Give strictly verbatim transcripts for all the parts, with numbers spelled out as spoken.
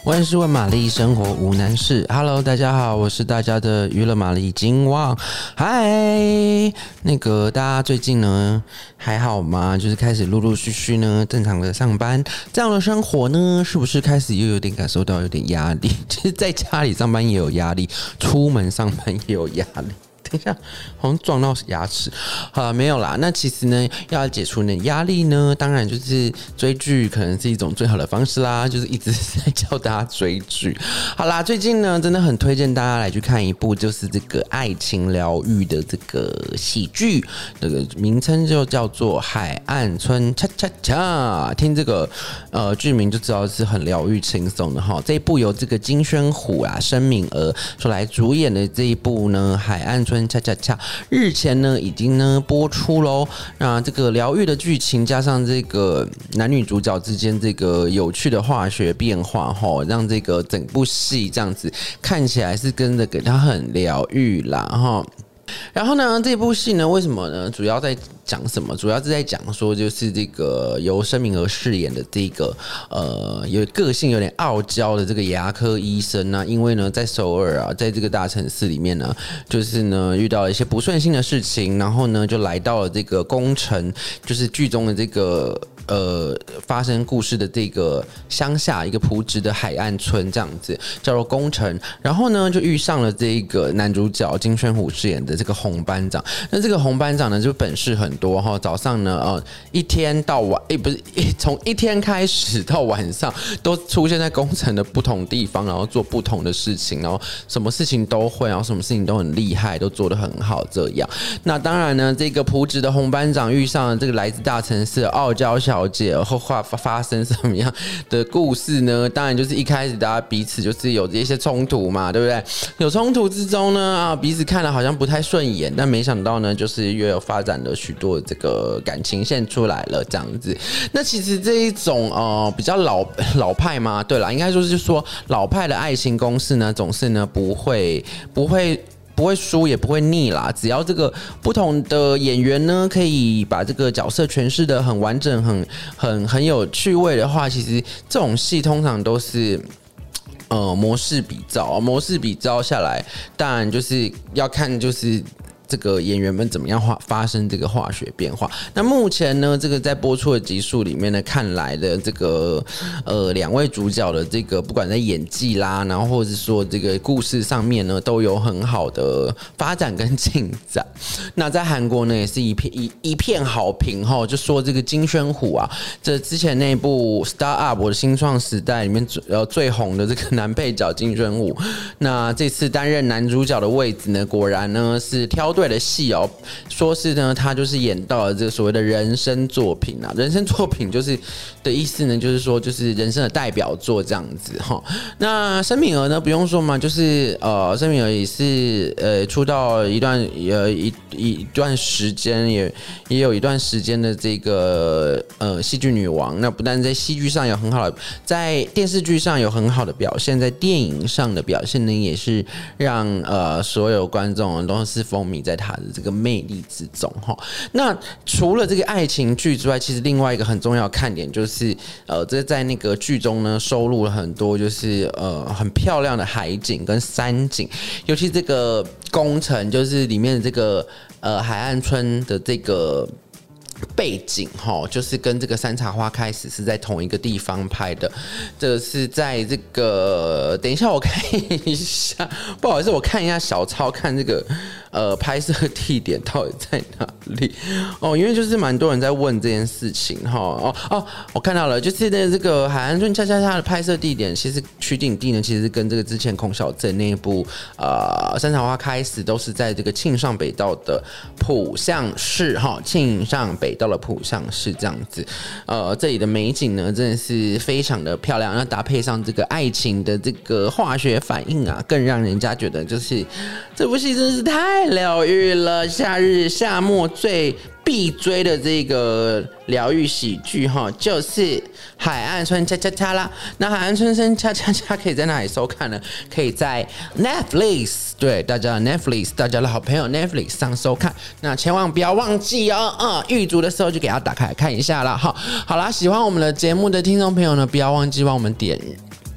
万事问玛丽，生活无难事。Hello， 大家好，我是大家的娱乐玛丽金旺。嗨，那个大家最近呢还好吗？就是开始陆陆续续呢正常的上班，这样的生活呢，是不是开始又有点感受到有点压力？其实在家里上班也有压力，出门上班也有压力。等一下，好像撞到牙齿。好了，没有啦。那其实呢，要解除你的压力呢，当然就是追剧，可能是一种最好的方式啦。就是一直在叫大家追剧。好啦，最近呢，真的很推荐大家来去看一部，就是这个爱情疗愈的这个喜剧，这个名称就叫做《海岸村恰恰恰》。听这个呃剧名就知道是很疗愈轻松的哈。这一部由这个金宣虎啊、申敏儿所来主演的这一部呢，《海岸村恰恰恰》日前呢已经呢播出喽。那这个疗愈的剧情加上这个男女主角之间这个有趣的化学变化齁，让这个整部戏这样子看起来是跟着给他很疗愈啦齁。然后呢，这部戏呢，为什么呢？主要在讲什么？主要是在讲说，就是这个由申敏儿饰演的这个呃，有个性有点傲娇的这个牙科医生呢、啊，因为呢，在首尔啊，在这个大城市里面呢，就是呢遇到了一些不顺心的事情，然后呢，就来到了这个宫城，就是剧中的这个。呃，发生故事的这个乡下一个朴质的海岸村，这样子叫做宫城。然后呢，就遇上了这个男主角金宣虎饰演的这个洪班长。那这个洪班长呢，就本事很多哈。早上呢，呃，一天到晚，诶、欸，不是，从一天开始到晚上，都出现在宫城的不同地方，然后做不同的事情，然后什么事情都会，然后什么事情都很厉害，都做得很好。这样，那当然呢，这个朴质的洪班长遇上了这个来自大城市的傲娇小。小姐后发发生什么样的故事呢？当然就是一开始大家彼此就是有这些冲突嘛，对不对？有冲突之中呢，啊，彼此看了好像不太顺眼，但没想到呢，就是又有发展了许多这个感情线出来了，这样子。那其实这一种呃比较老老派嘛，对啦，应该说是说老派的爱情公式呢，总是呢不会不会。不会输也不会腻啦，只要这个不同的演员呢，可以把这个角色诠释的很完整、很很很有趣味的话，其实这种戏通常都是。呃，模式比照，模式比照下来，当然就是要看就是这个演员们怎么样发生这个化学变化。那目前呢，这个在播出的集数里面呢，看来的这个呃两位主角的这个不管在演技啦，然后或者是说这个故事上面呢，都有很好的发展跟进展。那在韩国呢，也是一片一一片好评哈，就说这个金宣虎啊，这之前那部《Start Up》我的新创时代里面最最红的这个男配角金宣虎，那这次担任男主角的位置呢，果然呢是挑对的戏哦，说是呢，他就是演到了这个所谓的人生作品啊，人生作品就是的意思呢，就是说就是人生的代表作这样子哈。那申敏儿呢，不用说嘛，就是呃，申敏儿也是呃出道一段呃一一段时间，也也有一段时间的这个呃戏剧女王。那不但在戏剧上有很好的，在电视剧上有很好的表现，在电影上的表现呢，也是让呃所有观众都是风靡在他的这个魅力之中哈。那除了这个爱情剧之外，其实另外一个很重要的看点就是，呃，这在那个剧中呢收录了很多就是呃很漂亮的海景跟山景，尤其这个工程就是里面的这个呃海岸村的这个。背景哈，就是跟这个山茶花开始是在同一个地方拍的，这个是在这个，等一下我看一下，不好意思，我看一下小抄，看这个呃拍摄地点到底在哪里哦，因为就是蛮多人在问这件事情哈哦哦，我看到了，就是这个海岸村恰恰恰的拍摄地点，其实取景地呢，其实跟这个之前孔晓振那一部呃山茶花开始都是在这个庆尚北道的浦项市哈，庆尚北。北到了浦项市这样子，呃，这里的美景呢真的是非常的漂亮，那搭配上这个爱情的这个化学反应啊，更让人家觉得就是这部戏真是太疗愈了。夏日夏末最必追的这个疗愈喜剧哈，就是海岸村恰恰恰啦。那海岸村恰恰恰可以在哪里收看呢？可以在 Netflix， 对大家的 Netflix， 大家的好朋友 Netflix 上收看。那千万不要忘记哦，嗯，预祝的时候就给它打开来看一下啦。好，好啦，喜欢我们的节目的听众朋友呢，不要忘记帮我们点。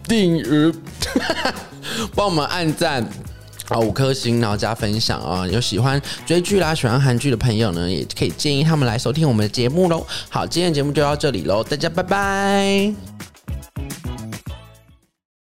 订阅，帮我们按赞。啊，五颗星，然后加分享啊！有喜欢追剧啦、喜欢韩剧的朋友呢，也可以建议他们来收听我们的节目喽。好，今天的节目就到这里喽，大家拜拜。